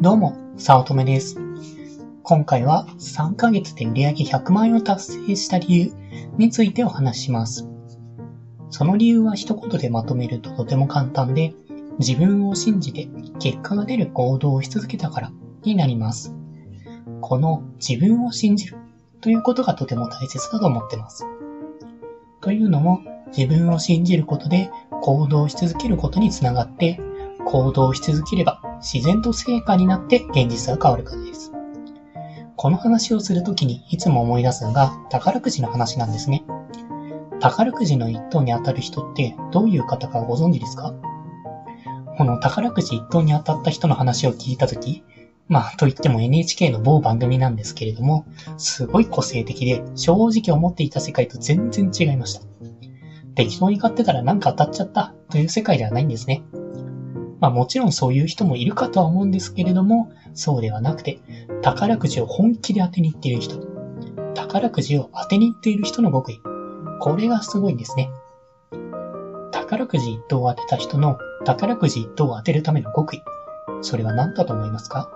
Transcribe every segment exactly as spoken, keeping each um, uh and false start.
どうも、早乙女です。今回はさんかげつで売上ひゃくまんえんを達成した理由についてお話しします。その理由は一言でまとめるととても簡単で、自分を信じて結果が出る行動をし続けたからになります。この自分を信じるということがとても大切だと思ってます。というのも、自分を信じることで行動し続けることにつながって、行動し続ければ自然と成果になって現実が変わるからです。この話をするときにいつも思い出すのが宝くじの話なんですね。宝くじの一等に当たる人ってどういう方かご存知ですか？この宝くじ一等に当たった人の話を聞いたとき、まあといっても エヌエイチケー の某番組なんですけれども、すごい個性的で正直思っていた世界と全然違いました。適当に買ってたらなんか当たっちゃったという世界ではないんですね。まあもちろんそういう人もいるかとは思うんですけれども、そうではなくて、宝くじを本気で当てに行っている人、宝くじを当てに行っている人の極意、これがすごいんですね。宝くじ一等を当てた人の宝くじ一等を当てるための極意、それは何だと思いますか？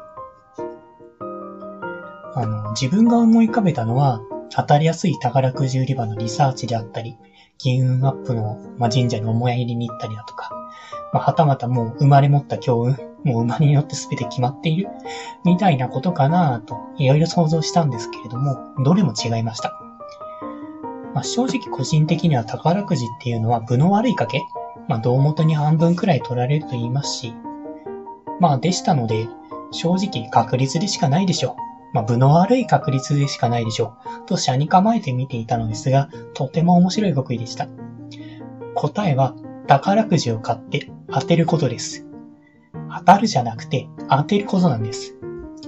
あの、自分が思い浮かべたのは、当たりやすい宝くじ売り場のリサーチであったり、金運アップの、まあ、神社に思い入りに行ったりだとか、まあ、はたまたもう生まれ持った強運、もう生まれによって全て決まっている、みたいなことかなと、いろいろ想像したんですけれども、どれも違いました。まあ、正直個人的には宝くじっていうのは分の悪い賭け、まあ、胴元に半分くらい取られると言いますし、まあ、でしたので、正直確率でしかないでしょう。まあ、分の悪い確率でしかないでしょう。と、斜に構えて見ていたのですが、とても面白い極意でした。答えは、宝くじを買って当てることです。当たるじゃなくて当てることなんです。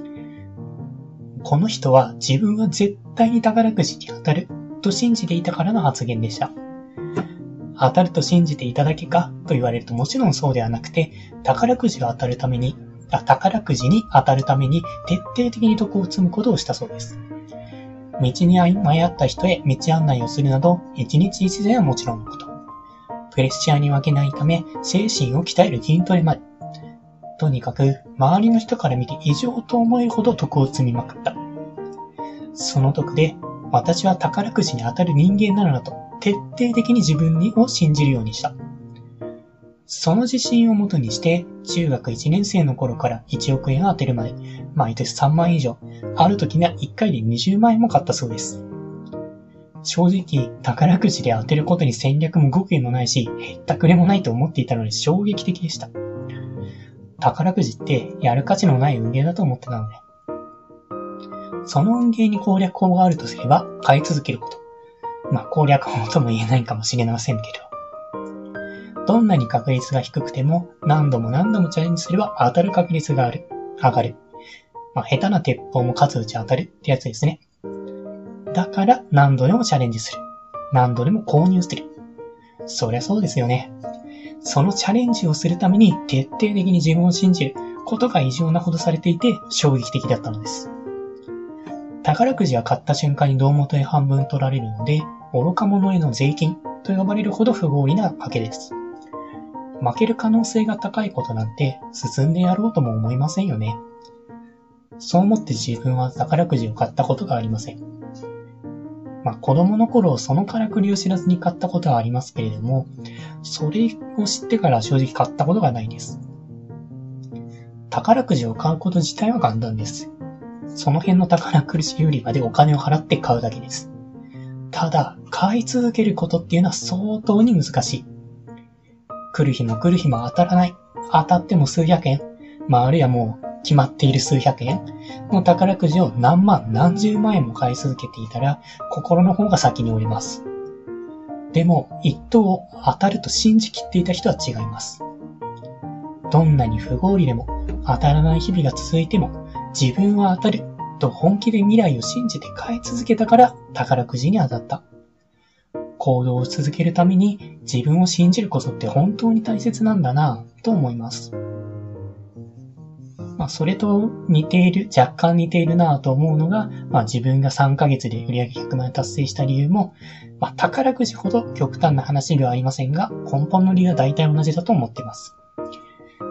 この人は自分は絶対に宝くじに当たると信じていたからの発言でした。当たると信じていただけかと言われるともちろんそうではなくて、宝くじが当たるために、あ、宝くじに当たるために徹底的に徳を積むことをしたそうです。道に迷った人へ道案内をするなど、一日一善はもちろんのこと。プレッシャーに負けないため、精神を鍛える筋トレまで。とにかく、周りの人から見て異常と思えるほど徳を積みまくった。その徳で、私は宝くじに当たる人間なのだと、徹底的に自分を信じるようにした。その自信をもとにして、中学いちねん生の頃からいちおくえんを当てるまで、毎年さんまんえん以上、ある時にはいっかいでにじゅうまんえんも買ったそうです。正直、宝くじで当てることに戦略も極意もないし、へったくれもないと思っていたので衝撃的でした。宝くじってやる価値のない運ゲーだと思ってたので。その運ゲーに攻略法があるとすれば、買い続けること。まあ攻略法とも言えないかもしれませんけど。どんなに確率が低くても、何度も何度もチャレンジすれば当たる確率がある。上がる。まあ下手な鉄砲も数打ち当たるってやつですね。だから何度でもチャレンジする。何度でも購入する。そりゃそうですよね。そのチャレンジをするために徹底的に自分を信じることが異常なほどされていて衝撃的だったのです。宝くじは買った瞬間に胴元へ半分取られるので、愚か者への税金と呼ばれるほど不合理な賭けです。負ける可能性が高いことなんて進んでやろうとも思いませんよね。そう思って自分は宝くじを買ったことがありません。まあ、子供の頃そのからくりを知らずに買ったことはありますけれども、それを知ってから正直買ったことがないです。宝くじを買うこと自体は簡単です。その辺の宝くじ売り場でお金を払って買うだけです。ただ、買い続けることっていうのは相当に難しい。来る日も来る日も当たらない。当たっても数百円。まあ、あるいはもう、決まっている数百円の宝くじを何万何十万円も買い続けていたら心の方が先に折れます。でも一等を当たると信じきっていた人は違います。どんなに不合理でも当たらない日々が続いても自分は当たると本気で未来を信じて買い続けたから宝くじに当たった。行動を続けるために自分を信じることって本当に大切なんだなぁと思います。まあ、それと似ている、若干似ているなぁと思うのが、まあ、自分がさんかげつで売上ひゃくまんえん達成した理由も、まあ、宝くじほど極端な話ではありませんが、根本の理由は大体同じだと思っています。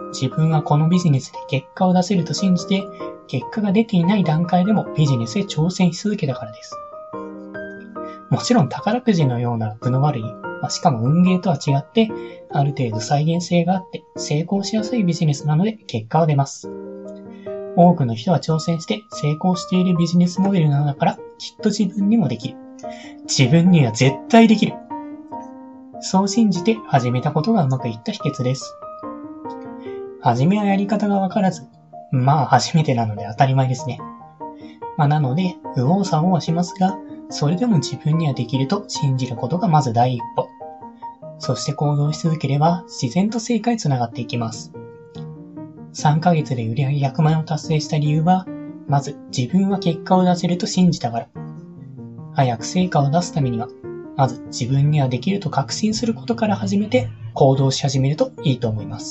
自分はこのビジネスで結果を出せると信じて、結果が出ていない段階でもビジネスへ挑戦し続けたからです。もちろん宝くじのような分の悪い、まあ、しかも運ゲーとは違って、ある程度再現性があって成功しやすいビジネスなので結果は出ます。多くの人は挑戦して成功しているビジネスモデルなのだから、きっと自分にもできる。自分には絶対できる。そう信じて始めたことがうまくいった秘訣です。はじめはやり方がわからず、まあ初めてなので当たり前ですね。まあなので、右往左往はしますが、それでも自分にはできると信じることがまず第一歩。そして行動し続ければ自然と成果へつながっていきます。さんかげつで売上ひゃくまん円を達成した理由は、まず自分は結果を出せると信じたから。早く成果を出すためには、まず自分にはできると確信することから始めて行動し始めるといいと思います。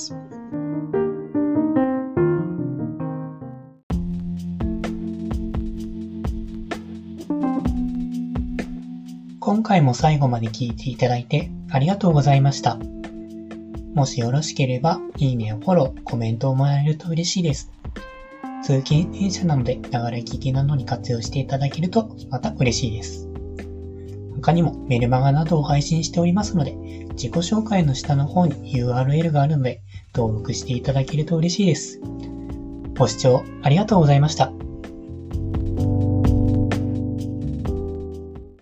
今回も最後まで聞いていただいてありがとうございました。もしよろしければ、いいねやフォロー、コメントをもらえると嬉しいです。通勤電車なので、ながら聞きなどに活用していただけるとまた嬉しいです。他にもメルマガなどを配信しておりますので、自己紹介の下の方に ユーアールエル があるので、登録していただけると嬉しいです。ご視聴ありがとうございました。